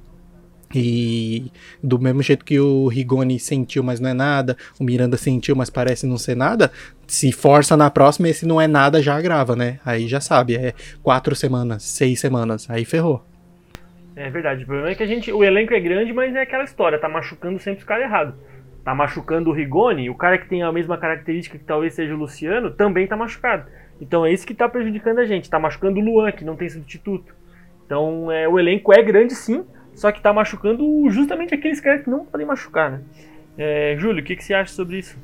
E do mesmo jeito que o Rigoni sentiu, mas não é nada, o Miranda sentiu, mas parece não ser nada, se força na próxima, esse não é nada já agrava, né? Aí já sabe, 4 semanas, 6 semanas, aí ferrou. É verdade, o problema é que o elenco é grande, mas é aquela história, tá machucando sempre os caras errados. Tá machucando o Rigoni, o cara que tem a mesma característica que talvez seja o Luciano, também tá machucado. Então é isso que tá prejudicando a gente, tá machucando o Luan, que não tem substituto. Então o elenco é grande sim, só que tá machucando justamente aqueles caras que não podem machucar, né? Júlio, o que você acha sobre isso?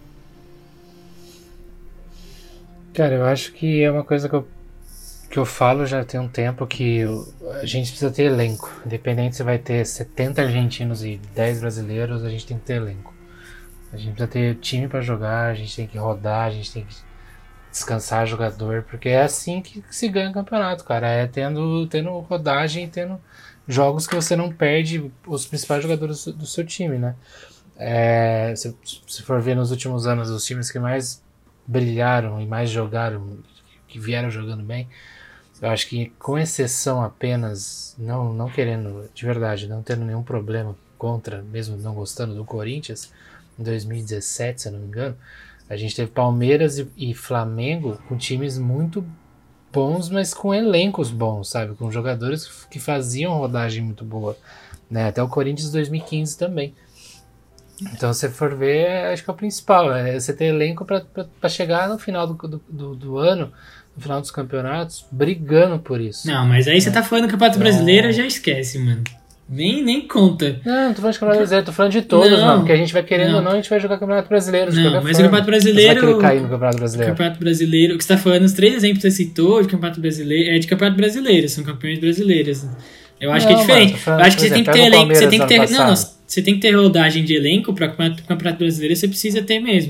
Cara, eu acho que é uma coisa que eu falo já tem um tempo, que a gente precisa ter elenco. Independente se vai ter 70 argentinos e 10 brasileiros, a gente tem que ter elenco. A gente precisa ter time pra jogar, a gente tem que rodar, a gente tem que descansar jogador, porque é assim que se ganha o campeonato, cara. É tendo rodagem, tendo jogos que você não perde os principais jogadores do seu time, né? Se for ver nos últimos anos, os times que mais brilharam e mais jogaram, que vieram jogando bem, eu acho que, com exceção apenas, não querendo, de verdade, não tendo nenhum problema contra, mesmo não gostando do Corinthians, em 2017, se eu não me engano, a gente teve Palmeiras e Flamengo com times muito bons, mas com elencos bons, sabe? Com jogadores que faziam rodagem muito boa, né? Até o Corinthians 2015 também. Então, se for ver, acho que é o principal, é você ter elenco para chegar no final do ano, no final dos campeonatos, brigando por isso. Não, mas aí você tá falando do Campeonato Brasileiro, já esquece, mano. Nem conta. Não tô falando de Campeonato Brasileiro, tô falando de todos, mano. Porque a gente vai querendo ou não, a gente vai jogar Campeonato Brasileiro. Não, mas o Campeonato Brasileiro. Você vai querer cair no Campeonato Brasileiro. Campeonato Brasileiro, o que você tá falando, os 3 exemplos que você citou de Campeonato Brasileiro, é de Campeonato Brasileiro, são campeões brasileiros. Eu acho que é diferente. Mano, eu acho que você tem que ter elenco. Você tem que ter. Não, você tem que ter rodagem de elenco para o Campeonato Brasileiro, você precisa ter mesmo.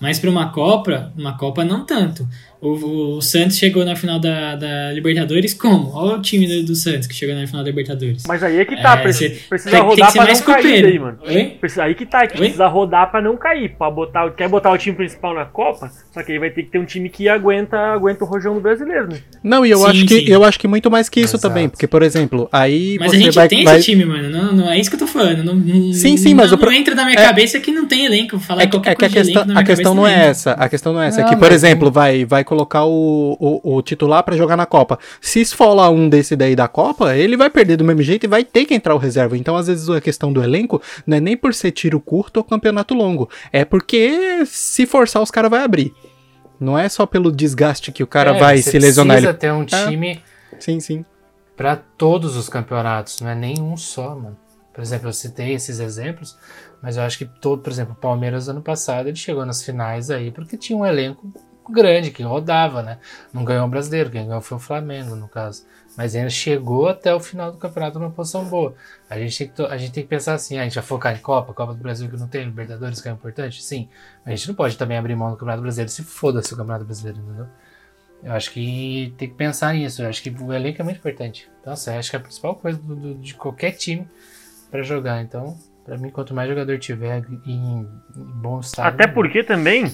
Mas para uma Copa não tanto. O Santos chegou na final da Libertadores como? Olha o time do Santos que chegou na final da Libertadores. Mas aí é que tá, precisa rodar tem que ser pra mais não cair copeiro. daí, mano. Oi? Aí que tá, precisa rodar pra não cair. Quer botar o time principal na Copa, só que aí vai ter que ter um time que aguenta o rojão do brasileiro, né? Não, e eu acho que muito mais que isso também, porque, por exemplo, aí mas você a gente vai... tem esse time, mano, não é isso que eu tô falando. Sim, mas não entra na minha cabeça que não tem elenco. Falar qualquer coisa de elenco na minha a questão não é essa. A questão não é essa. É que, por exemplo, vai colocar o titular pra jogar na Copa. Se esfolar um desse daí da Copa, ele vai perder do mesmo jeito e vai ter que entrar o reserva. Então, às vezes, a questão do elenco não é nem por ser tiro curto ou campeonato longo. É porque se forçar, os caras vão abrir. Não é só pelo desgaste que o cara vai se lesionar. Precisa ter um time sim. pra todos os campeonatos, não é nenhum só, mano. Por exemplo, eu citei esses exemplos, mas eu acho que por exemplo, o Palmeiras ano passado, ele chegou nas finais aí porque tinha um elenco grande que rodava, né? Não ganhou o brasileiro, quem ganhou foi o Flamengo, no caso. Mas ainda chegou até o final do campeonato numa posição boa. A gente tem que pensar assim, a gente vai focar em Copa do Brasil que não tem, Libertadores que é importante? Sim. A gente não pode também abrir mão do Campeonato Brasileiro, se foda-se o Campeonato Brasileiro, entendeu? Eu acho que tem que pensar nisso, eu acho que o elenco é muito importante. Nossa, eu acho que é a principal coisa de qualquer time pra jogar. Então, pra mim, quanto mais jogador tiver em bom estado... Até porque também...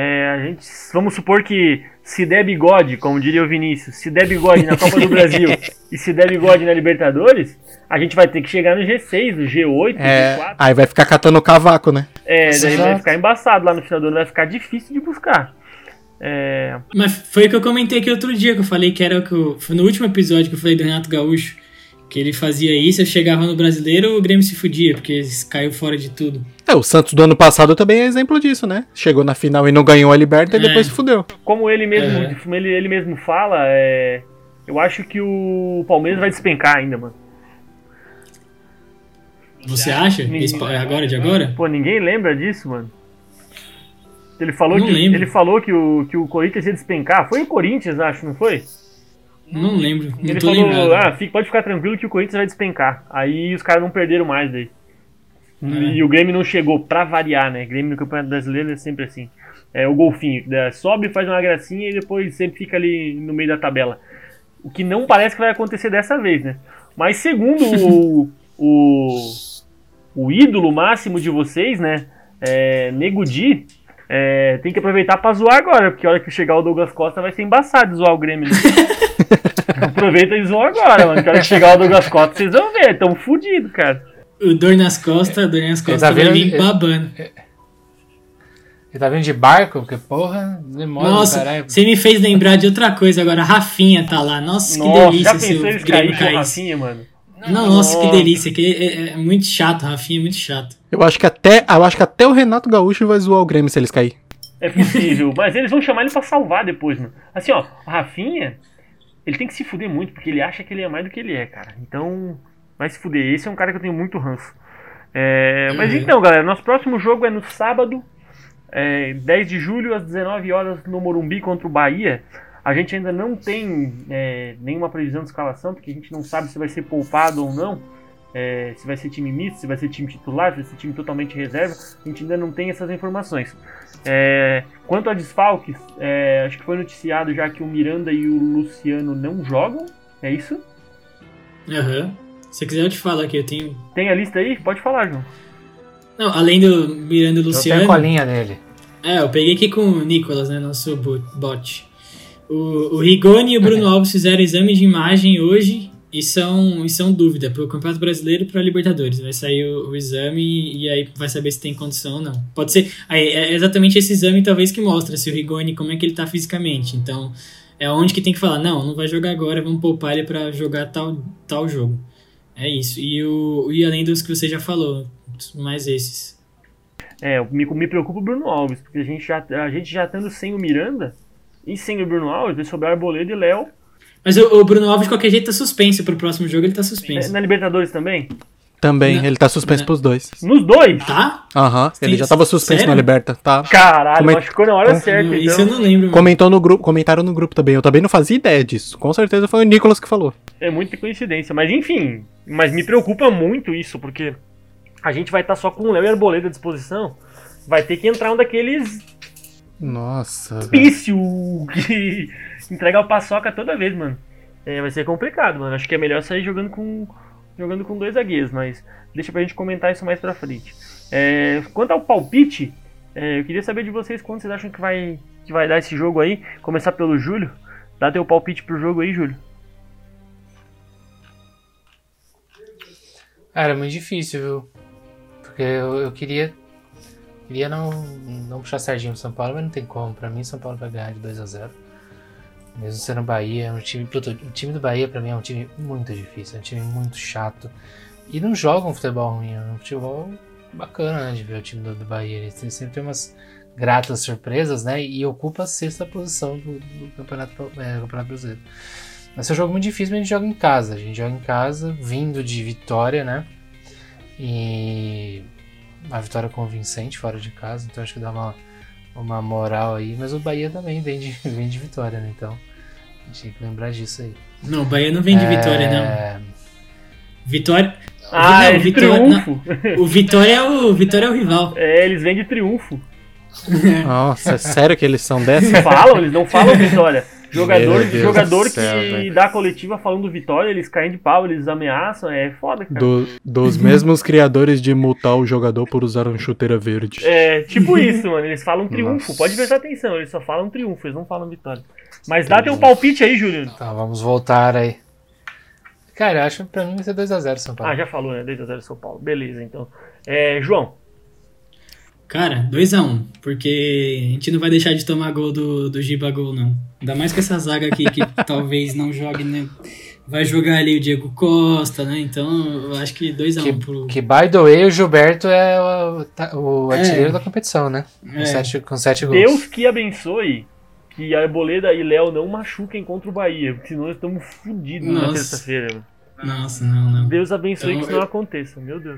vamos supor que se der bigode, como diria o Vinícius, se der bigode na Copa do Brasil e se der bigode na Libertadores, a gente vai ter que chegar no G6, no G8, no G4. Aí vai ficar catando o cavaco, né? Daí vai ficar embaçado lá no final do ano, vai ficar difícil de buscar. Mas foi o que eu comentei aqui outro dia, que eu falei que era foi no último episódio que eu falei do Renato Gaúcho, que ele fazia isso, eu chegava no Brasileiro, o Grêmio se fudia, porque caiu fora de tudo. O Santos do ano passado também é exemplo disso, né? Chegou na final e não ganhou a Liberta e depois se fudeu. Como ele mesmo fala, eu acho que o Palmeiras vai despencar ainda, mano. Você acha? É agora de agora? Pô, ninguém lembra disso, mano. Ele falou que o Corinthians ia despencar. Foi o Corinthians, acho, não foi? Não lembro. Ele falou, pode ficar tranquilo que o Corinthians vai despencar. Aí os caras não perderam mais daí. E o Grêmio não chegou, pra variar, né? Grêmio no Campeonato Brasileiro é sempre assim. É o golfinho, sobe, faz uma gracinha e depois sempre fica ali no meio da tabela. O que não parece que vai acontecer dessa vez, né? Mas segundo o ídolo máximo de vocês, né? Nego Di, tem que aproveitar pra zoar agora, porque a hora que chegar o Douglas Costa vai ser embaçado de zoar o Grêmio. Né? Aproveita e zoa agora, mano. Que a hora que chegar o Douglas Costa, vocês vão ver, tão fudidos, cara. O dor nas costas vai vir babando. Ele tá vindo de barco? Porque, porra, demora. Nossa, caralho. Você me fez lembrar de outra coisa agora. A Rafinha tá lá. Nossa, que delícia se o Grêmio caísse. Rafinha, mano? Nossa, que delícia. É muito chato, Rafinha é muito chato. Eu acho que até o Renato Gaúcho vai zoar o Grêmio se eles caírem. É possível, mas eles vão chamar ele pra salvar depois, mano. Assim, ó, o Rafinha, ele tem que se fuder muito, porque ele acha que ele é mais do que ele é, cara. Então, vai se fuder. Esse é um cara que eu tenho muito ranço. Mas então, galera, nosso próximo jogo é no sábado, 10 de julho, às 19 horas, no Morumbi contra o Bahia. A gente ainda não tem nenhuma previsão de escalação, porque a gente não sabe se vai ser poupado ou não. Se vai ser time misto, se vai ser time titular, se vai ser time totalmente reserva. A gente ainda não tem essas informações. Quanto a desfalques, acho que foi noticiado já que o Miranda e o Luciano não jogam. É isso? Se quiser eu te falo aqui, eu tenho... Tem a lista aí? Pode falar, João. Não, além do Miranda e do Luciano... Eu tenho a colinha dele. Eu peguei aqui com o Nicolas, né, nosso bot. O Rigoni e o Bruno Alves fizeram exame de imagem hoje e são dúvida para o Campeonato Brasileiro e para a Libertadores. Vai sair o exame e aí vai saber se tem condição ou não. Pode ser... É exatamente esse exame talvez que mostra se o Rigoni, como é que ele tá fisicamente. Então, é onde que tem que falar, não vai jogar agora, vamos poupar ele para jogar tal jogo. É isso. E além dos que você já falou, mais esses. Me preocupa o Bruno Alves, porque a gente já estando sem o Miranda e sem o Bruno Alves, vai sobrar Arboleda e Léo. Mas o Bruno Alves de qualquer jeito tá suspenso pro próximo jogo, ele tá suspenso. Na Libertadores também? Também, ele tá suspenso pros dois. Nos dois? Tá? Ele já tava suspenso Sério? na Liberta, tá? Caralho, machucou na hora certa, Isso então. eu não lembro. Comentaram no grupo também, eu também não fazia ideia disso. Com certeza foi o Nicolas que falou. É muita coincidência, mas enfim. Mas me preocupa muito isso, porque a gente vai estar só com o Léo e Arboleda à disposição. Vai ter que entrar um daqueles Nossa, velho. Pício, que entrega o paçoca toda vez, mano. Vai ser complicado, mano. Acho que é melhor sair jogando com 2 zagueiros, mas deixa pra gente comentar isso mais pra frente. Quanto ao palpite, eu queria saber de vocês quanto vocês acham que vai dar esse jogo aí. Começar pelo Júlio. Dá teu palpite pro jogo aí, Júlio. Era muito difícil, viu? Porque eu queria não puxar sardinha pro São Paulo, mas não tem como. Pra mim, São Paulo vai ganhar de 2-0. Mesmo sendo Bahia, o time do Bahia pra mim é um time muito difícil, é um time muito chato. E não joga um futebol ruim, é um futebol bacana, né, de ver o time do Bahia. Ele sempre tem umas gratas surpresas, né? E ocupa a 6ª posição do Campeonato Brasileiro. Mas é um jogo muito difícil, mas a gente joga em casa. A gente joga em casa, vindo de vitória, né? E uma vitória convincente fora de casa, então acho que dá uma moral aí. Mas o Bahia também vem de vitória, né? Então a gente tem que lembrar disso aí. Não, o Bahia não vem de vitória, não. Vitória... é de triunfo. Não, o Vitória é o rival. Eles vêm de triunfo. Nossa, é sério que eles são dessa? Eles não falam vitória. Jogador do céu, que véio. dá coletiva falando vitória, eles caem de pau, eles ameaçam, é foda, cara. Dos mesmos criadores de multar o jogador por usar uma chuteira verde. Tipo isso, mano, eles falam triunfo. Nossa. Pode prestar atenção, eles só falam triunfo, eles não falam vitória. Mas dá teu palpite aí, Júlio. Tá, vamos voltar aí. Cara, eu acho que pra mim vai ser 2-0 São Paulo. Já falou, né? 2-0 São Paulo. Beleza, então. João. Cara, 2-1, porque a gente não vai deixar de tomar gol do Giba Gol, não. Ainda mais com essa zaga aqui que talvez não jogue, né? Vai jogar ali o Diego Costa, né? Então eu acho que 2-1 pro... Que, by the way, o Gilberto é o artilheiro da competição, né? Com 7 gols. Deus que abençoe que a Arboleda e Léo não machuquem contra o Bahia, porque senão nós estamos fodidos na terça-feira. Mano. Nossa, não. Deus abençoe então, que isso não aconteça, meu Deus.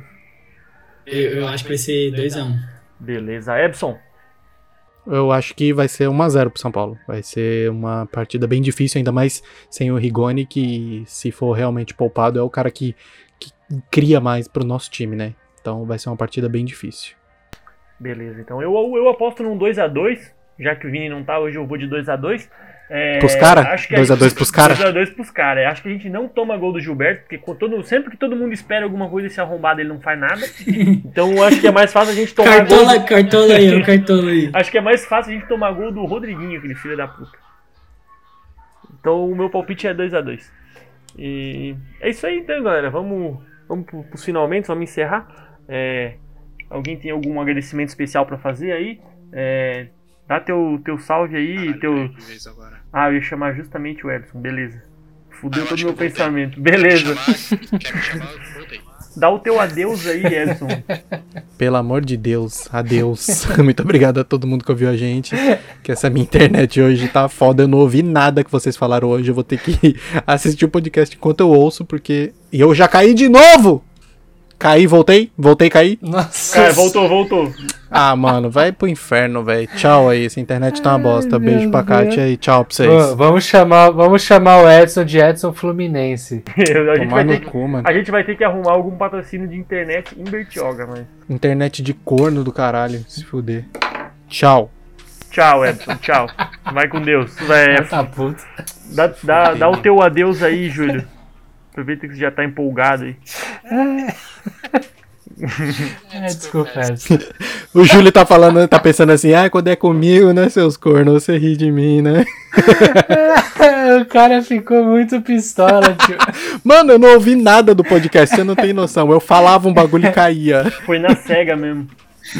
Eu acho que vai ser 2-1. Beleza, Ebson. Eu acho que vai ser 1-0 pro São Paulo. Vai ser uma partida bem difícil, ainda mais sem o Rigoni, que se for realmente poupado é o cara que cria mais pro nosso time, né? Então vai ser uma partida bem difícil. Beleza, então eu aposto num 2-2, já que o Vini não tá, hoje eu vou de 2-2. Pros caras? 2-2 pros caras? 2-2 pros caras. Acho que a gente não toma gol do Gilberto, porque sempre que todo mundo espera alguma coisa esse arrombado, ele não faz nada. Então eu acho que é mais fácil a gente tomar gol. Cartola aí. Acho que é mais fácil a gente tomar gol do Rodriguinho, aquele filho da puta. Então o meu palpite é 2-2. E é isso aí então, galera. Vamos pros finalmente, vamos encerrar. Alguém tem algum agradecimento especial pra fazer aí? Dá teu salve aí. Eu ia chamar justamente o Edson, beleza. Fudeu todo o meu pensamento, beleza. Quer me chamar? Voltei. Dá o teu adeus aí, Edson. Pelo amor de Deus, adeus. Muito obrigado a todo mundo que ouviu a gente. Que essa minha internet hoje tá foda. Eu não ouvi nada que vocês falaram hoje. Eu vou ter que assistir o podcast enquanto eu ouço, porque... E eu já caí de novo! Caí, voltei, caí. Nossa. Voltou. Ah, mano, vai pro inferno, velho. Tchau aí, essa internet tá uma bosta. Beijo pra Kátia e tchau pra vocês. Vamos chamar o Edson de Edson Fluminense. A gente vai ter que arrumar algum patrocínio de internet em Bertioga, mas... Internet de corno do caralho, se fuder. Tchau. Tchau, Edson, tchau. Vai com Deus. Tá puto. Dá o teu adeus aí, Júlio. Aproveita que você já tá empolgado aí. Desculpa, Edson. O Júlio tá falando, tá pensando assim, quando é comigo, né, seus cornos, você ri de mim, né? O cara ficou muito pistola, tio. Mano, eu não ouvi nada do podcast, você não tem noção. Eu falava um bagulho e caía. Foi na cega mesmo.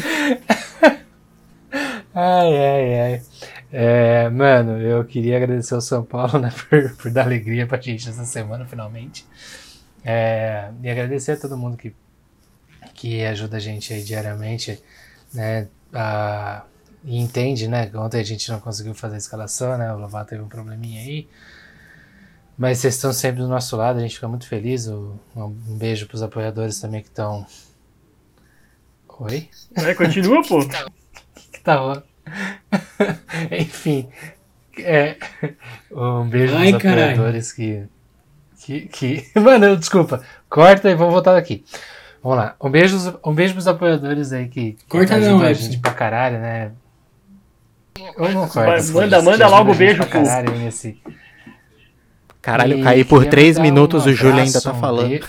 Ai. Mano, eu queria agradecer ao São Paulo, né, por dar alegria pra gente essa semana, finalmente. E agradecer a todo mundo que ajuda a gente aí diariamente, né, e entende, né, que ontem a gente não conseguiu fazer a escalação, né, o Lovato teve um probleminha aí, mas vocês estão sempre do nosso lado, a gente fica muito feliz. Um beijo pros apoiadores também que estão... Oi? Continua, pô. Tá bom. Enfim, um beijo pros apoiadores que... Mano, desculpa, corta e vamos voltar daqui. Vamos lá, um beijo pros apoiadores aí que corta não, a gente pra caralho, né? Eu não concordo. Manda logo o beijo, pô. Caralho, eu caí por 3 minutos, o Júlio ainda tá falando.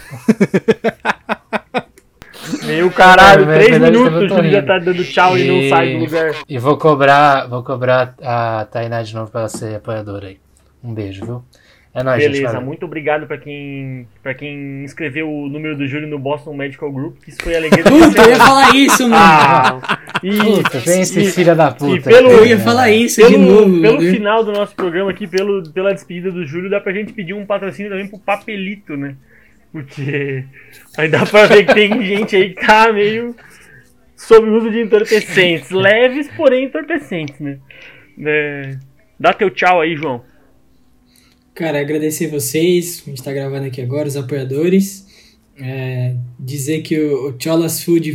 Meu caralho, Mas 3 verdade, minutos, o eu tô Júlio já rindo. tá dando tchau e não sai do lugar. E vou cobrar a Tainá de novo pra ela ser apoiadora aí. Um beijo, viu? É nóis, gente. Beleza, Valeu. muito obrigado pra quem inscreveu o número do Júlio no Boston Medical Group, que isso foi a alegria do Puta, eu ia falar isso, mano. Puta, vem esse filho da puta. Eu ia falar isso de novo. Pelo né? final do nosso programa aqui, pela despedida do Júlio, dá pra gente pedir um patrocínio também pro Papelito, né? Porque aí dá pra ver que tem gente aí que tá meio sob uso de entorpecentes. Leves, porém entorpecentes, né? Dá teu tchau aí, João. Cara, agradecer vocês, a gente tá gravando aqui agora, os apoiadores. Dizer que o Cholas Food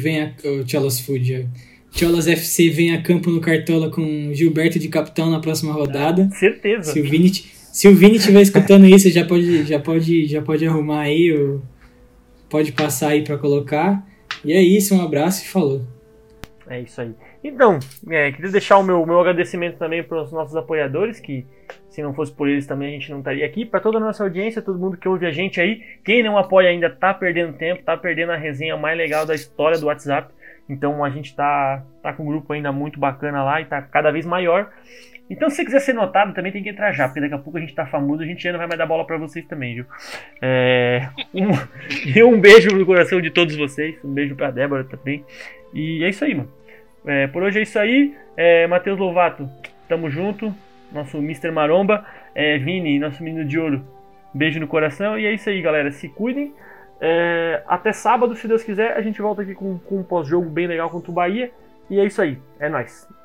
Cholas FC vem a campo no Cartola com Gilberto de capitão na próxima rodada. Certeza. Se o Vini estiver escutando isso, já pode arrumar aí, pode passar aí pra colocar. E é isso, um abraço e falou. É isso aí. Então, queria deixar o meu agradecimento também para os nossos apoiadores, que se não fosse por eles também a gente não estaria aqui. Para toda a nossa audiência, todo mundo que ouve a gente aí. Quem não apoia ainda tá perdendo tempo, tá perdendo a resenha mais legal da história do WhatsApp. Então a gente tá com um grupo ainda muito bacana lá e tá cada vez maior. Então se você quiser ser notado também tem que entrar já, porque daqui a pouco a gente tá famoso, a gente já não vai mais dar bola pra vocês também, viu? Um beijo no coração de todos vocês, um beijo pra Débora também. E é isso aí, mano. Por hoje é isso aí. Matheus Lovato, tamo junto. Nosso Mr. Maromba. Vini, nosso menino de ouro, beijo no coração. E é isso aí, galera. Se cuidem. Até sábado, se Deus quiser, a gente volta aqui com um pós-jogo bem legal contra o Bahia. E é isso aí. É nóis.